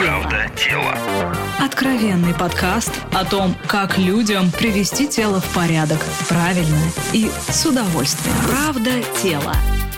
Правда тело. Откровенный подкаст о том, как людям привести тело в порядок правильно и с удовольствием. Правда тело.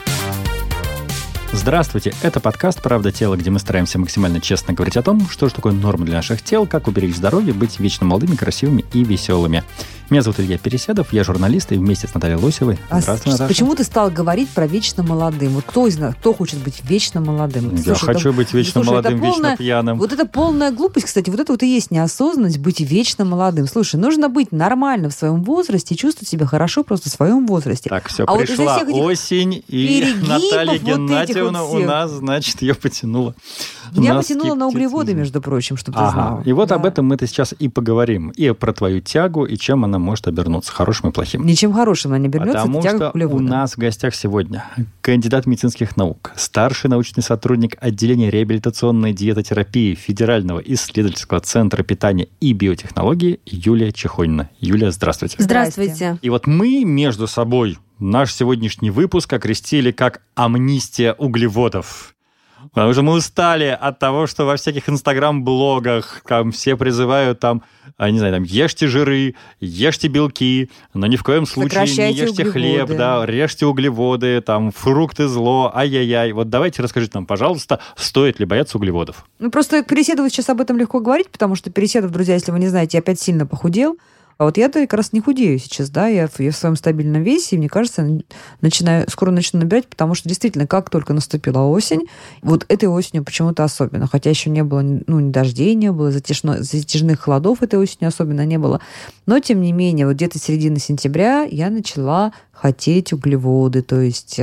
Здравствуйте, это подкаст «Правда тело», где мы стараемся максимально честно говорить о том, что же такое норма для наших тел, как уберечь здоровье, быть вечно молодыми, красивыми и веселыми. Меня зовут Илья Переседов, я журналист, и вместе с Натальей Лосевой. Здравствуй, Наташа. Почему ты стал говорить про вечно молодым? Вот кто из нас, кто хочет быть вечно молодым? Я хочу быть вечно молодым, вечно пьяным. Вот это полная глупость, кстати, вот это вот и есть неосознанность, быть вечно молодым. Слушай, нужно быть нормально в своем возрасте и чувствовать себя хорошо просто в своем возрасте. Так, все, пришла осень, и Наталья Геннадьевна у нас, значит, ее потянула. Меня потянуло на углеводы, между прочим, чтобы ты знал. И вот об этом мы-то сейчас и поговорим. И про твою тягу, и чем она может обернуться, хорошим и плохим. Ничем хорошим она не обернется, потому это тяга к углеводам. У нас в гостях сегодня кандидат медицинских наук, старший научный сотрудник отделения реабилитационной диетотерапии Федерального исследовательского центра питания и биотехнологии Юлия Чехонина. Юлия, здравствуйте. Здравствуйте. И вот мы между собой наш сегодняшний выпуск окрестили как «Амнистия углеводов». Потому что мы устали от того, что во всяких инстаграм-блогах там все призывают не знаю, ешьте жиры, ешьте белки, но ни в коем случае не ешьте хлеб, режьте углеводы, фрукты зло, ай-яй-яй. Вот давайте расскажите нам, пожалуйста, стоит ли бояться углеводов? Просто Переседову сейчас об этом легко говорить, потому что Переседов, друзья, если вы не знаете, опять сильно похудел. А вот я-то как раз не худею сейчас, я в своем стабильном весе, и мне кажется, скоро начну набирать, потому что действительно, как только наступила осень, вот этой осенью почему-то особенно, хотя еще не было, ни дождей не было, затяжных холодов этой осенью особенно не было, но тем не менее, вот где-то с середины сентября я начала хотеть углеводы, то есть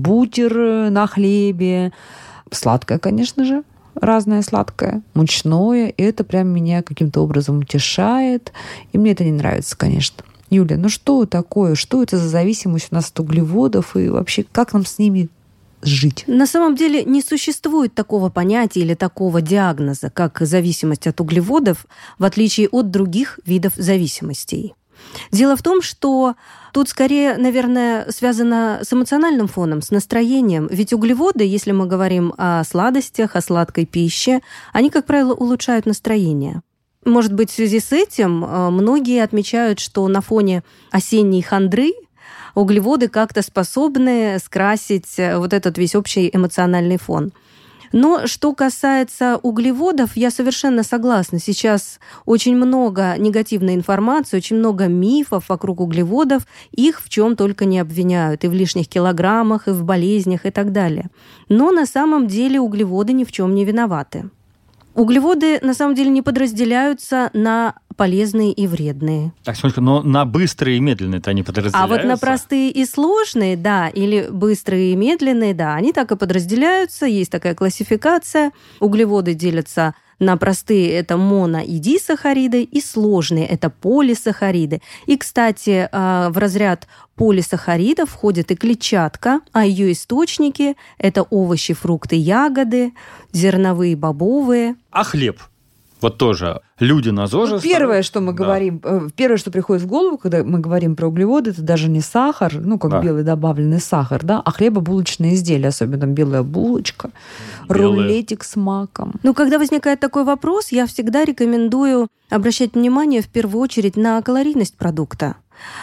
бутер на хлебе, сладкое, конечно же, разное сладкое, мучное, и это прям меня каким-то образом утешает, и мне это не нравится, конечно. Юля, что такое? Что это за зависимость у нас от углеводов, и вообще как нам с ними жить? На самом деле не существует такого понятия или такого диагноза, как зависимость от углеводов, в отличие от других видов зависимостей. Дело в том, что тут скорее, наверное, связано с эмоциональным фоном, с настроением. Ведь углеводы, если мы говорим о сладостях, о сладкой пище, они, как правило, улучшают настроение. Может быть, в связи с этим многие отмечают, что на фоне осенней хандры углеводы как-то способны скрасить вот этот весь общий эмоциональный фон. Но что касается углеводов, я совершенно согласна. Сейчас очень много негативной информации, очень много мифов вокруг углеводов. Их в чем только не обвиняют. И в лишних килограммах, и в болезнях, и так далее. Но на самом деле углеводы ни в чем не виноваты. Углеводы на самом деле не подразделяются на полезные и вредные. Так, но на быстрые и медленные-то они подразделяются? А вот на простые и сложные, или быстрые и медленные, они так и подразделяются. Есть такая классификация. Углеводы делятся на простые – это моно- и дисахариды, и сложные – это полисахариды. И, кстати, в разряд полисахаридов входит и клетчатка, а ее источники – это овощи, фрукты, ягоды, зерновые, бобовые. А хлеб? Вот тоже люди на ЗОЖе... Первое, что мы говорим, первое, что приходит в голову, когда мы говорим про углеводы, это даже не сахар, белый добавленный сахар, а хлебобулочные изделия, особенно белая булочка, рулетик с маком. Когда возникает такой вопрос, я всегда рекомендую обращать внимание в первую очередь на калорийность продукта,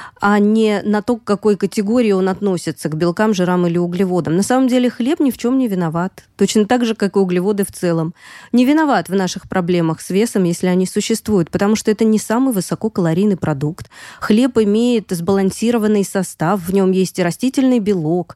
а не на то, к какой категории он относится, к белкам, жирам или углеводам. На самом деле хлеб ни в чем не виноват. Точно так же, как и углеводы в целом. Не виноват в наших проблемах с весом, если они существуют, потому что это не самый высококалорийный продукт. Хлеб имеет сбалансированный состав, в нем есть и растительный белок,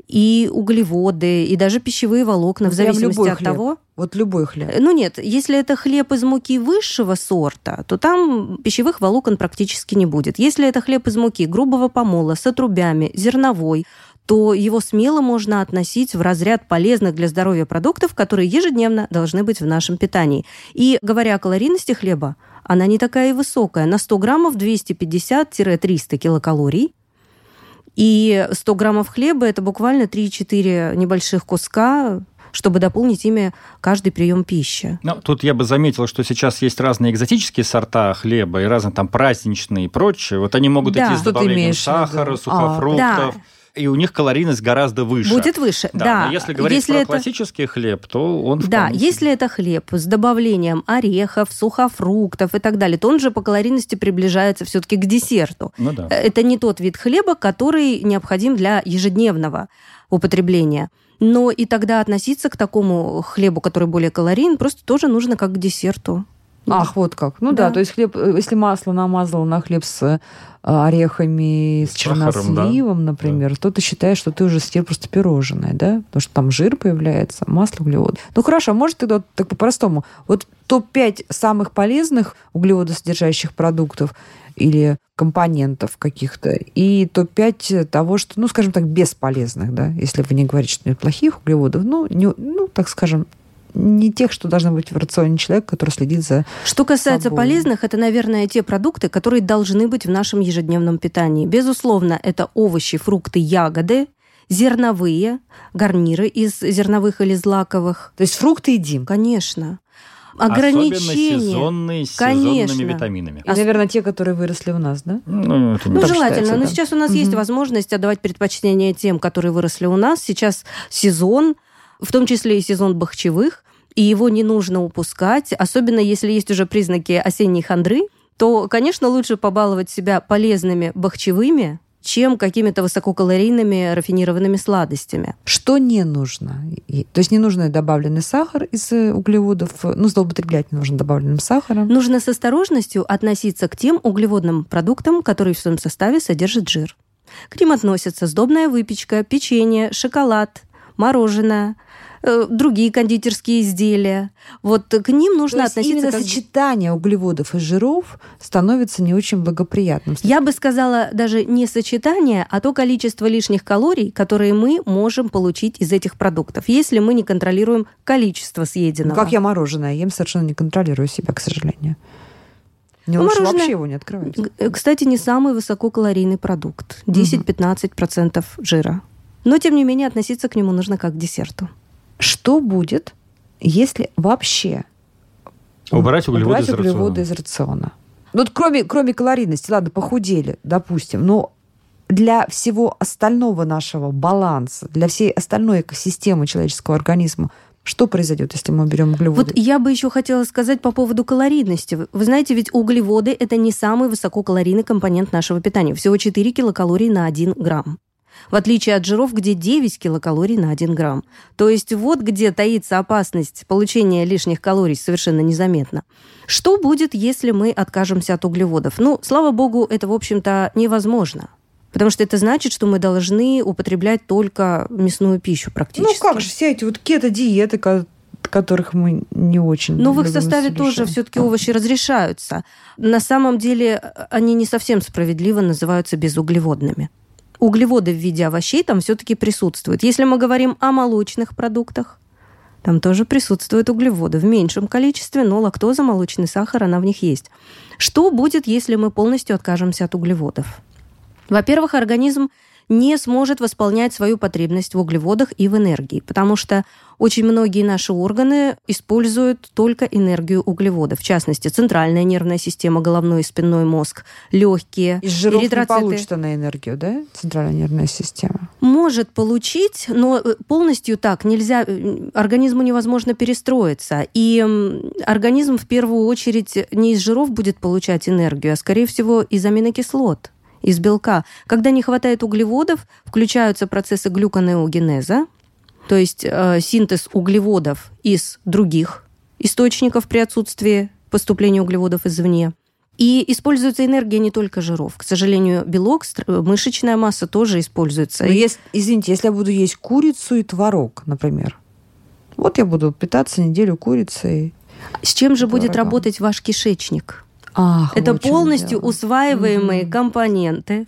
и углеводы, и даже пищевые волокна, в зависимости от того... Вот любой хлеб. Нет, если это хлеб из муки высшего сорта, то там пищевых волокон практически не будет. Если это хлеб из муки грубого помола, с отрубями, зерновой, то его смело можно относить в разряд полезных для здоровья продуктов, которые ежедневно должны быть в нашем питании. И говоря о калорийности хлеба, она не такая и высокая. На 100 граммов 250-300 килокалорий. И 100 граммов хлеба – это буквально 3-4 небольших куска, чтобы дополнить ими каждый прием пищи. Тут я бы заметила, что сейчас есть разные экзотические сорта хлеба и разные праздничные и прочее. Вот они могут идти с добавлением сахара, сухофруктов. и у них калорийность гораздо выше. Будет выше, да. Но если говорить про классический хлеб, то он... Да, если это хлеб с добавлением орехов, сухофруктов и так далее, то он же по калорийности приближается все-таки к десерту. Ну, да. Это не тот вид хлеба, который необходим для ежедневного употребления. Но и тогда относиться к такому хлебу, который более калорийен, просто тоже нужно как к десерту. Ах, вот как. Ну да, то есть хлеб, если масло намазала на хлеб с орехами, с черносливом, да, например, то ты считаешь, что ты уже съел просто пирожное, да? Потому что там жир появляется, масло, углеводы. Ну хорошо, может тогда так по-простому. Вот топ-5 самых полезных углеводосодержащих продуктов или компонентов каких-то, и топ-5 того, что, ну, скажем так, бесполезных, да, если вы не говорите, что нет плохих углеводов, так скажем, не тех, что должны быть в рационе человека, который следит за Что касается собой. полезных, это, наверное, те продукты, которые должны быть в нашем ежедневном питании. Безусловно, это овощи, фрукты, ягоды, зерновые, гарниры из зерновых или злаковых. То есть фрукты едим? Конечно. Ограничения. С сезонными витаминами. И, наверное, те, которые выросли у нас, да? Желательно. Но сейчас у нас есть возможность отдавать предпочтение тем, которые выросли у нас. Сейчас сезон, в том числе и сезон бахчевых, и его не нужно упускать. Особенно если есть уже признаки осенней хандры, то, конечно, лучше побаловать себя полезными бахчевыми, чем какими-то высококалорийными рафинированными сладостями. Что не нужно? То есть не нужно добавленный сахар из углеводов, злоупотреблять не нужно добавленным сахаром. Нужно с осторожностью относиться к тем углеводным продуктам, которые в своем составе содержат жир. К ним относятся сдобная выпечка, печенье, шоколад, мороженое, другие кондитерские изделия. Вот к ним нужно относиться... Именно сочетание углеводов и жиров становится не очень благоприятным. Я бы сказала, даже не сочетание, а то количество лишних калорий, которые мы можем получить из этих продуктов, если мы не контролируем количество съеденного. Как я мороженое ем, совершенно не контролирую себя, к сожалению. Мне лучше вообще его не открывать. Кстати, не самый высококалорийный продукт. 10-15% жира. Но, тем не менее, относиться к нему нужно как к десерту. Что будет, если вообще убрать углеводы из рациона? Вот кроме калорийности, ладно, похудели, допустим, но для всего остального нашего баланса, для всей остальной экосистемы человеческого организма, что произойдет, если мы уберем углеводы? Вот я бы еще хотела сказать по поводу калорийности. Вы знаете, ведь углеводы – это не самый высококалорийный компонент нашего питания. Всего 4 килокалории на 1 грамм. В отличие от жиров, где 9 килокалорий на 1 грамм. То есть вот где таится опасность получения лишних калорий совершенно незаметно. Что будет, если мы откажемся от углеводов? Слава богу, это, в общем-то, невозможно. Потому что это значит, что мы должны употреблять только мясную пищу практически. Как же все эти вот кето-диеты, которых мы не очень... Но в их составе тоже все-таки овощи разрешаются. На самом деле они не совсем справедливо называются безуглеводными. Углеводы в виде овощей там все-таки присутствуют. Если мы говорим о молочных продуктах, там тоже присутствуют углеводы в меньшем количестве, но лактоза, молочный сахар, она в них есть. Что будет, если мы полностью откажемся от углеводов? Во-первых, организм не сможет восполнять свою потребность в углеводах и в энергии, потому что очень многие наши органы используют только энергию углеводов. В частности, центральная нервная система, головной и спинной мозг, легкие, из жиров не получит она энергию, да? Центральная нервная система. Может получить, но полностью так нельзя. Организму невозможно перестроиться. И организм в первую очередь не из жиров будет получать энергию, а, скорее всего, из аминокислот, из белка. Когда не хватает углеводов, включаются процессы глюконеогенеза, то есть синтез углеводов из других источников при отсутствии поступления углеводов извне. И используется энергия не только жиров. К сожалению, белок, мышечная масса тоже используется. Извините, если я буду есть курицу и творог, например, вот я буду питаться неделю курицей. С чем же будет работать ваш кишечник? Это вот полностью усваиваемые компоненты.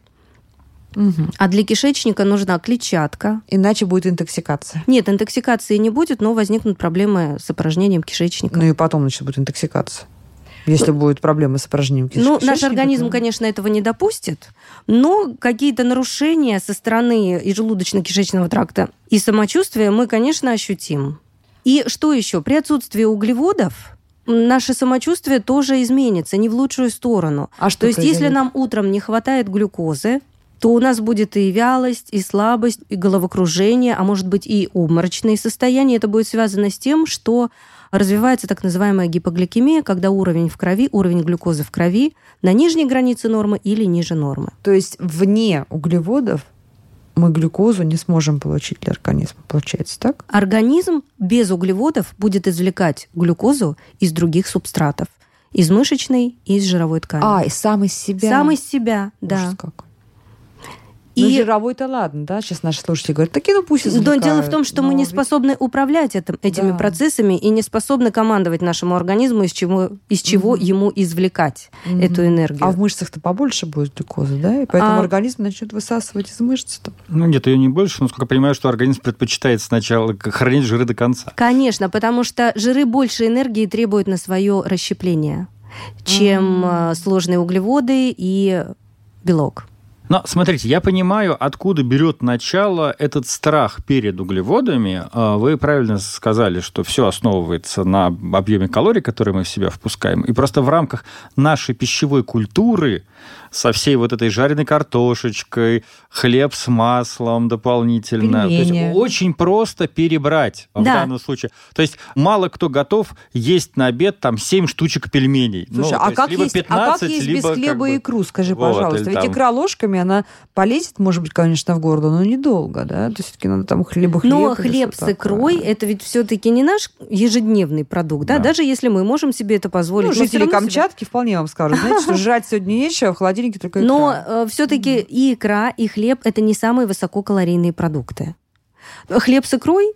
А для кишечника нужна клетчатка. Иначе будет интоксикация. Нет, интоксикации не будет, но возникнут проблемы с опорожнением кишечника. И потом, будет интоксикация. Если будут проблемы с опорожнением кишечника. Наш организм, конечно, этого не допустит, но какие-то нарушения со стороны и желудочно-кишечного тракта, и самочувствия мы, конечно, ощутим. И что еще? При отсутствии углеводов наше самочувствие тоже изменится, не в лучшую сторону. А что То есть, произойдет? если нам утром не хватает глюкозы, то у нас будет и вялость, и слабость, и головокружение, а может быть и обморочные состояния. Это будет связано с тем, что развивается так называемая гипогликемия, когда уровень глюкозы в крови на нижней границе нормы или ниже нормы. То есть вне углеводов мы глюкозу не сможем получить для организма, получается, так? Организм без углеводов будет извлекать глюкозу из других субстратов. Из мышечной и из жировой ткани. И сам из себя. Сам из себя, да. Ужас какой. Ну, жировой-то ладно, да? Сейчас наши слушатели говорят, пусть извлекают. Но дело в том, что мы не способны управлять этими процессами и не способны командовать нашему организму, из чего ему извлекать эту энергию. А в мышцах-то побольше будет глюкозы, да? И поэтому организм начнет высасывать из мышц-то. Нет, ее не больше, но, сколько я понимаю, что организм предпочитает сначала хранить жиры до конца. Конечно, потому что жиры больше энергии требуют на свое расщепление, чем сложные углеводы и белок. Но, смотрите, я понимаю, откуда берет начало этот страх перед углеводами. Вы правильно сказали, что все основывается на объеме калорий, которые мы в себя впускаем. И просто в рамках нашей пищевой культуры со всей вот этой жареной картошечкой, хлеб с маслом дополнительно. Пельмени. То есть очень просто перебрать в данном случае. То есть мало кто готов есть на обед 7 штучек пельменей. Слушай, а как есть без хлеба икру, скажи, пожалуйста? Ведь икра ложками, она полезет, может быть, конечно, в горло, но недолго, да? То есть все-таки надо хлеб. Но хлеб с икрой, это ведь все-таки не наш ежедневный продукт, да? Даже если мы можем себе это позволить. Жители Камчатки вполне вам скажут, знаете, что жрать сегодня нечего, в холодильнике только икра. Но все-таки и икра, и хлеб – это не самые высококалорийные продукты. Хлеб с икрой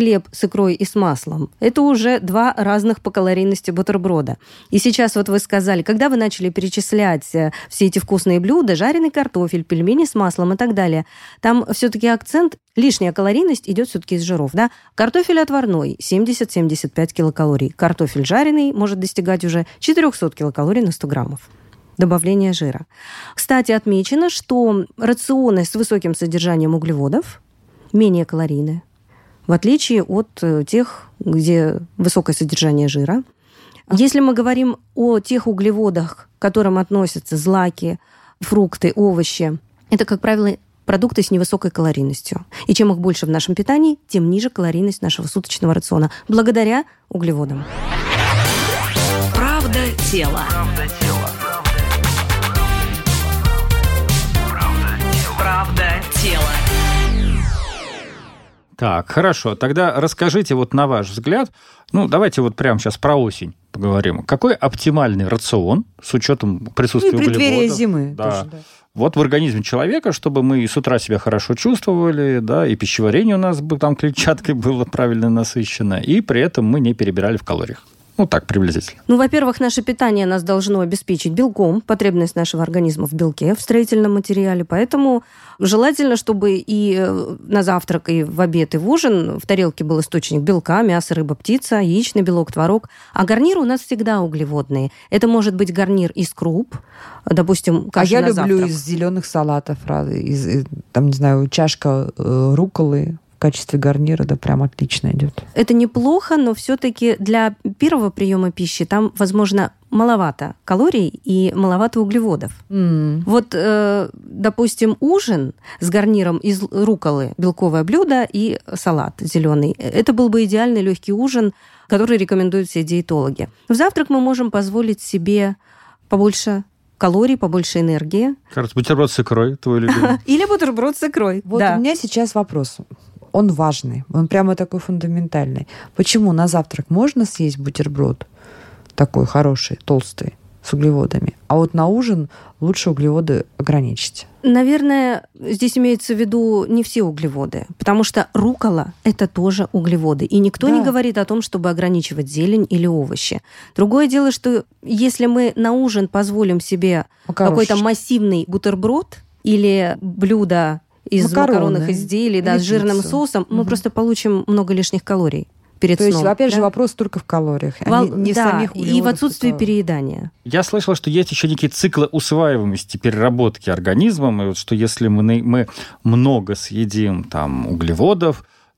и с маслом – это уже два разных по калорийности бутерброда. И сейчас вот вы сказали, когда вы начали перечислять все эти вкусные блюда, жареный картофель, пельмени с маслом и так далее, там все-таки акцент, лишняя калорийность идет все-таки из жиров. Да? Картофель отварной – 70-75 килокалорий. Картофель жареный может достигать уже 400 килокалорий на 100 граммов. Добавление жира. Кстати, отмечено, что рационы с высоким содержанием углеводов менее калорийные, в отличие от тех, где высокое содержание жира. Если мы говорим о тех углеводах, к которым относятся злаки, фрукты, овощи, это, как правило, продукты с невысокой калорийностью. И чем их больше в нашем питании, тем ниже калорийность нашего суточного рациона, благодаря углеводам. Правда тела. Правда тела. Так, хорошо. Тогда расскажите на ваш взгляд, давайте прямо сейчас про осень поговорим. Какой оптимальный рацион с учетом присутствия углеводов? Преддверие зимы. Да. Тоже, да. В организме человека, чтобы мы и с утра себя хорошо чувствовали, да, и пищеварение у нас там клетчаткой было правильно насыщено, и при этом мы не перебирали в калориях. Так, приблизительно. Во-первых, наше питание нас должно обеспечить белком, потребность нашего организма в белке, в строительном материале. Поэтому желательно, чтобы и на завтрак, и в обед, и в ужин в тарелке был источник белка, мясо, рыба, птица, яичный белок, творог. А гарниры у нас всегда углеводные. Это может быть гарнир из круп, допустим, каша на завтрак. Я люблю из зеленых салатов, чашка рукколы. В качестве гарнира, да, прям отлично идет. Это неплохо, но все-таки для первого приема пищи там, возможно, маловато калорий и маловато углеводов. Допустим, ужин с гарниром из рукколы, белковое блюдо и салат зеленый. Это был бы идеальный легкий ужин, который рекомендуют все диетологи. В завтрак мы можем позволить себе побольше калорий, побольше энергии. Кажется, бутерброд с икрой, твой любимый. Или бутерброд с икрой. У меня сейчас вопрос. Он важный, он прямо такой фундаментальный. Почему на завтрак можно съесть бутерброд такой хороший, толстый, с углеводами, а на ужин лучше углеводы ограничить? Наверное, здесь имеется в виду не все углеводы, потому что руккола – это тоже углеводы. И никто не говорит о том, чтобы ограничивать зелень или овощи. Другое дело, что если мы на ужин позволим себе какой-то массивный бутерброд или блюдо из макаронных изделий, с жирным соусом, мы просто получим много лишних калорий перед сном. То есть, опять же, вопрос только в калориях, не в самих углеводах. И в отсутствии переедания. Я слышал, что есть еще некие циклы усваиваемости, переработки организмом, и что если мы много съедим углеводов,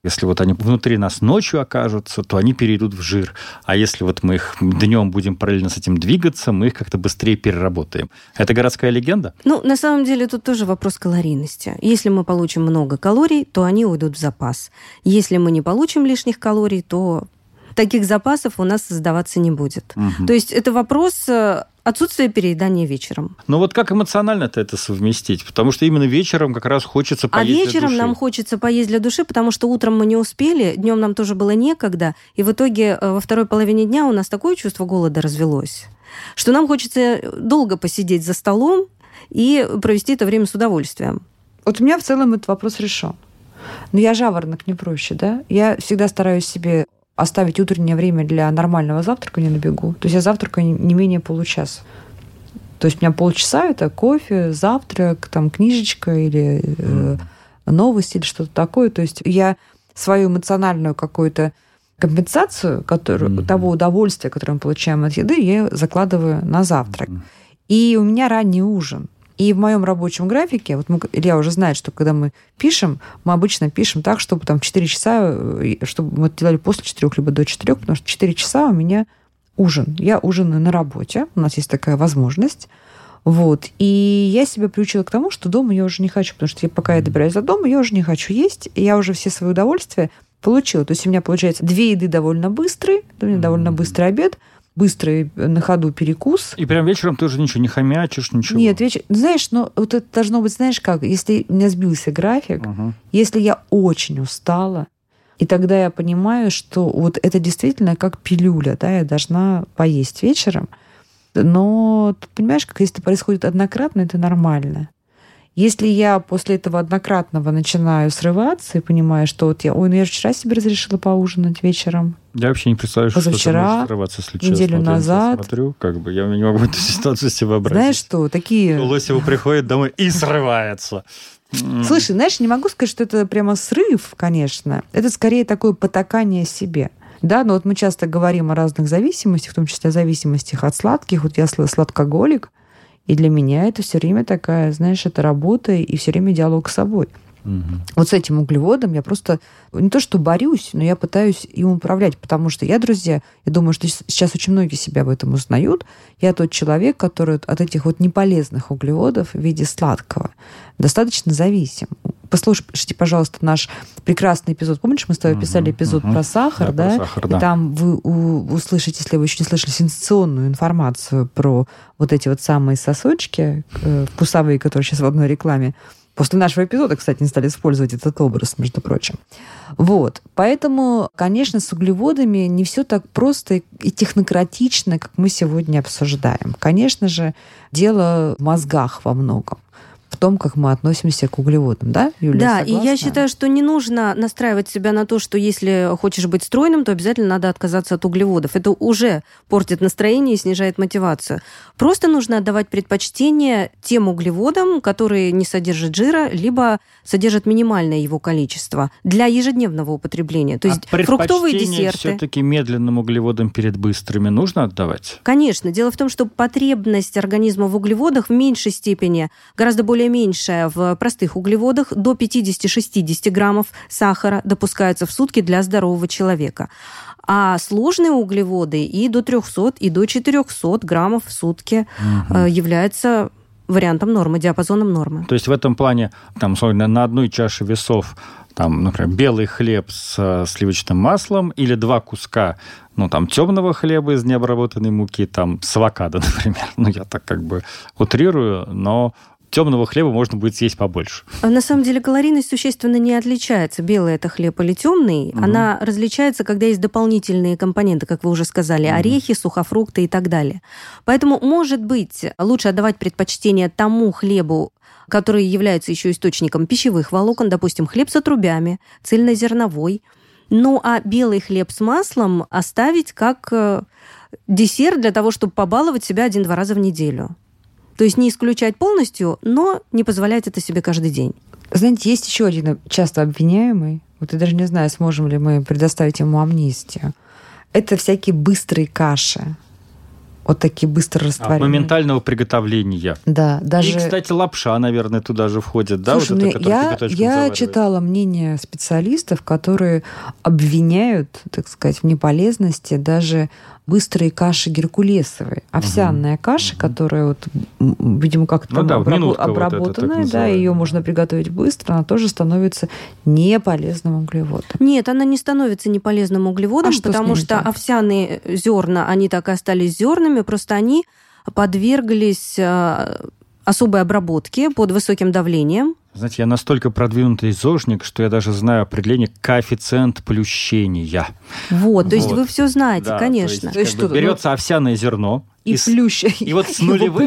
Если вот они внутри нас ночью окажутся, то они перейдут в жир. А если вот мы их днем будем параллельно с этим двигаться, мы их как-то быстрее переработаем. Это городская легенда? На самом деле тут тоже вопрос калорийности. Если мы получим много калорий, то они уйдут в запас. Если мы не получим лишних калорий, то таких запасов у нас создаваться не будет. То есть это вопрос отсутствия переедания вечером. Но вот как эмоционально-то это совместить? Потому что именно вечером как раз хочется поесть для души. А вечером нам хочется поесть для души, потому что утром мы не успели, днем нам тоже было некогда, и в итоге во второй половине дня у нас такое чувство голода развелось, что нам хочется долго посидеть за столом и провести это время с удовольствием. Вот у меня в целом этот вопрос решен. Но я жаворонок, не проще, да? Я всегда стараюсь себе оставить утреннее время для нормального завтрака на бегу. То есть я завтракаю не менее получаса. То есть у меня полчаса – это кофе, завтрак, там, книжечка или новости или что-то такое. То есть я свою эмоциональную какую-то компенсацию того удовольствия, которое мы получаем от еды, я закладываю на завтрак. И у меня ранний ужин. И в моем рабочем графике, вот Илья уже знает, что когда мы пишем, мы обычно пишем так, чтобы там в 4 часа, чтобы мы это делали после 4, либо до 4, потому что 4 часа у меня ужин. Я ужинаю на работе, у нас есть такая возможность. Вот. И я себя приучила к тому, что дома я уже не хочу, потому что пока я добираюсь до дома, я уже не хочу есть, и я уже все свои удовольствия получила. То есть у меня получается 2 еды довольно быстрые, у меня довольно быстрый обед, быстрый на ходу перекус. И прям вечером ты уже ничего не хомячишь, ничего? Нет, знаешь, вот это должно быть, знаешь как, если у меня сбился график, если я очень устала, и тогда я понимаю, что вот это действительно как пилюля, да, я должна поесть вечером, но ты понимаешь, как если это происходит однократно, это нормально. Если я после этого однократного начинаю срываться и понимаю, что вот я же вчера себе разрешила поужинать вечером. Я вообще не представляю, что это может срываться, если честно. Неделю назад. Я смотрю, я не могу эту ситуацию себе вообразить. Знаешь что, такие... Лосева приходит домой и срывается. Слушай, знаешь, не могу сказать, что это прямо срыв, конечно. Это скорее такое потакание себе. Да, но вот мы часто говорим о разных зависимостях, в том числе о зависимостях от сладких. Вот я сладкоголик, и для меня это все время такая, знаешь, это работа и все время диалог с собой. Вот с этим углеводом я просто не то что борюсь, но я пытаюсь им управлять, потому что я, друзья, я думаю, что сейчас очень многие себя об этом узнают. Я тот человек, который от этих вот неполезных углеводов в виде сладкого достаточно зависим. Послушайте, пожалуйста, наш прекрасный эпизод. Помнишь, мы с тобой писали эпизод про сахар, да? Про сахар, и там вы услышите, если вы еще не слышали, сенсационную информацию про вот эти вот самые сосочки вкусовые, которые сейчас в одной рекламе. После нашего эпизода, кстати, не стали использовать этот образ, между прочим. Вот. Поэтому, конечно, с углеводами не все так просто и технократично, как мы сегодня обсуждаем. Конечно же, дело в мозгах во многом. В том, как мы относимся к углеводам, да, Юлия? Да, согласна? И я считаю, что не нужно настраивать себя на то, что если хочешь быть стройным, то обязательно надо отказаться от углеводов. Это уже портит настроение и снижает мотивацию. Просто нужно отдавать предпочтение тем углеводам, которые не содержат жира, либо содержат минимальное его количество для ежедневного употребления. То есть фруктовые десерты. Все-таки медленным углеводам перед быстрыми нужно отдавать? Конечно. Дело в том, что потребность организма в углеводах в меньшей степени, гораздо более меньшая в простых углеводах, до 50-60 граммов сахара допускается в сутки для здорового человека. А сложные углеводы и до 300, и до 400 граммов в сутки являются вариантом нормы, диапазоном нормы. То есть в этом плане там, на одной чаше весов там, например, белый хлеб с сливочным маслом или 2 куска темного хлеба из необработанной муки, с авокадо, например. Я так утрирую, но темного хлеба можно будет съесть побольше. На самом деле калорийность существенно не отличается. Белый это хлеб или темный. Она различается, когда есть дополнительные компоненты, как вы уже сказали, орехи, сухофрукты и так далее. Поэтому, может быть, лучше отдавать предпочтение тому хлебу, который является еще источником пищевых волокон, допустим, хлеб с отрубями, цельнозерновой. А белый хлеб с маслом оставить как десерт для того, чтобы побаловать себя 1-2 раза в неделю. То есть не исключать полностью, но не позволять это себе каждый день. Знаете, есть еще один часто обвиняемый. Вот я даже не знаю, сможем ли мы предоставить ему амнистию. Это всякие быстрые каши. Вот такие быстро растворимые. Моментального приготовления. Да, даже... И, кстати, лапша, наверное, туда же входит, да? Слушай, вот это, я читала мнение специалистов, которые обвиняют, так сказать, в неполезности даже быстрые каши геркулесовые. Овсяная каша, которая, вот, видимо, как-то обработанная, вот да, ее можно приготовить быстро, она тоже становится неполезным углеводом. Нет, она не становится неполезным углеводом, потому что овсяные зерна, они так и остались зернами, просто они подверглись особой обработке под высоким давлением. Знаете, я настолько продвинутый зожник, что я даже знаю определение коэффициент плющения. Вот, то есть вы все знаете, да, конечно. То есть, берется овсяное зерно, и плющит. И вот с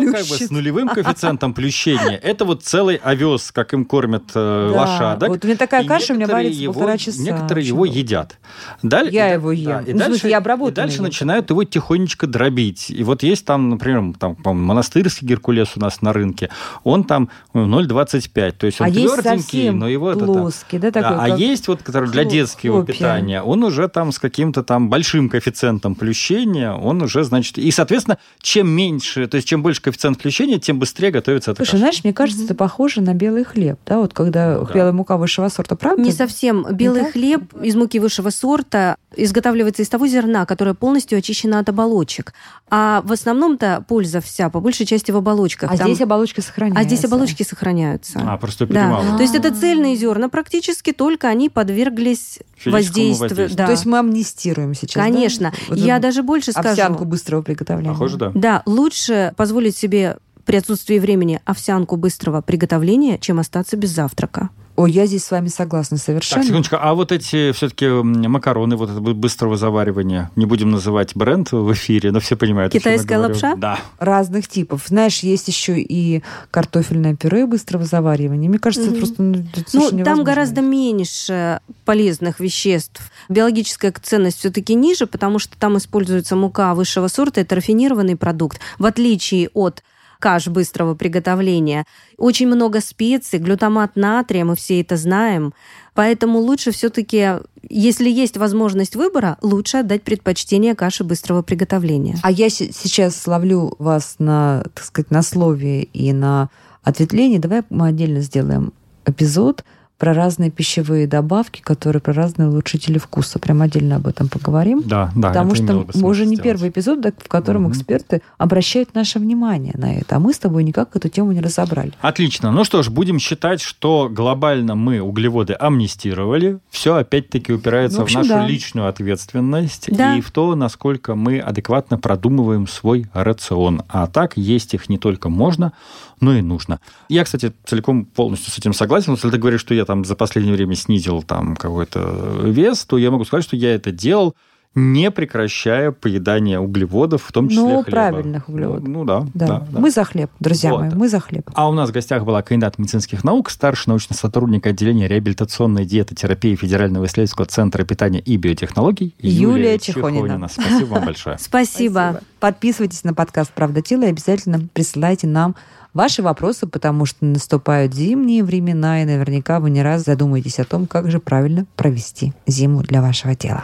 нулевым коэффициентом плющения это вот целый овес, как им кормят лошадок. Вот у меня такая каша, у меня варится 1,5 часа. Некоторые его едят. Я его ем. И дальше начинают его тихонечко дробить. И вот есть там, например, монастырский геркулес у нас на рынке, он там 0,25. То есть он тверденький, но его... плоский, да, такой, а есть вот, который для детского питания, он уже там с каким-то там большим коэффициентом плющения, он уже, значит... И, соответственно, чем меньше, то есть чем больше коэффициент плющения, тем быстрее готовится эта каша. Знаешь, мне кажется, это похоже на белый хлеб, да, вот когда белая мука высшего сорта, правда? Не совсем. Белый хлеб из муки высшего сорта изготавливается из того зерна, которое полностью очищено от оболочек. А в основном-то польза вся, по большей части, в оболочках. Здесь оболочки сохраняются. А здесь оболочки сохраняются. Просто перемалывают. Да. То есть это цельные зерна практически, только они подверглись воздействию. Да. То есть мы амнистируем сейчас, конечно. Да? Я даже больше скажу. Овсянку быстрого приготовления. Похоже, да. Да, лучше позволить себе при отсутствии времени овсянку быстрого приготовления, чем остаться без завтрака. Ой, я здесь с вами согласна совершенно. Так, секундочку, а вот эти все-таки макароны вот быстрого заваривания, не будем называть бренд в эфире, но все понимают, китайская лапша? Да. Разных типов. Знаешь, есть еще и картофельное пюре быстрого заваривания. Мне кажется, это просто невозможно. Там гораздо меньше полезных веществ. Биологическая ценность все-таки ниже, потому что там используется мука высшего сорта, это рафинированный продукт, в отличие от каш быстрого приготовления. Очень много специй, глютамат натрия, мы все это знаем. Поэтому лучше все-таки, если есть возможность выбора, лучше отдать предпочтение каше быстрого приготовления. А я сейчас ловлю вас на, так сказать, на слове и на ответвлении. Давай мы отдельно сделаем эпизод про разные пищевые добавки, которые про разные улучшители вкуса. Прям отдельно об этом поговорим. Да. Потому что мы уже не первый эпизод, в котором эксперты обращают наше внимание на это. А мы с тобой никак эту тему не разобрали. Отлично. Ну что ж, будем считать, что глобально мы углеводы амнистировали. Все опять-таки упирается в нашу личную ответственность и в то, насколько мы адекватно продумываем свой рацион. А так есть их не только можно, но и нужно. Я, кстати, целиком полностью с этим согласен. Если ты говоришь, что я там за последнее время снизил там какой-то вес, то я могу сказать, что я это делал, не прекращая поедание углеводов, в том числе хлеба. Правильных углеводов. Да. Мы за хлеб, друзья мои, мы за хлеб. А у нас в гостях была кандидат медицинских наук, старший научный сотрудник отделения реабилитационной диетотерапии Федерального исследовательского центра питания и биотехнологий Юлия Чехонина. Спасибо вам большое. Спасибо. Подписывайтесь на подкаст «Правда тела» и обязательно присылайте нам ваши вопросы, потому что наступают зимние времена, и наверняка вы не раз задумаетесь о том, как же правильно провести зиму для вашего тела.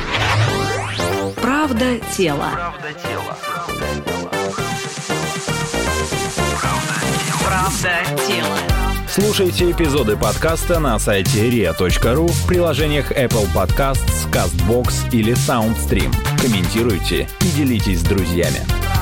Правда тела. Правда тела. Слушайте эпизоды подкаста на сайте ria.ru, в приложениях Apple Podcasts, CastBox или SoundStream. Комментируйте и делитесь с друзьями.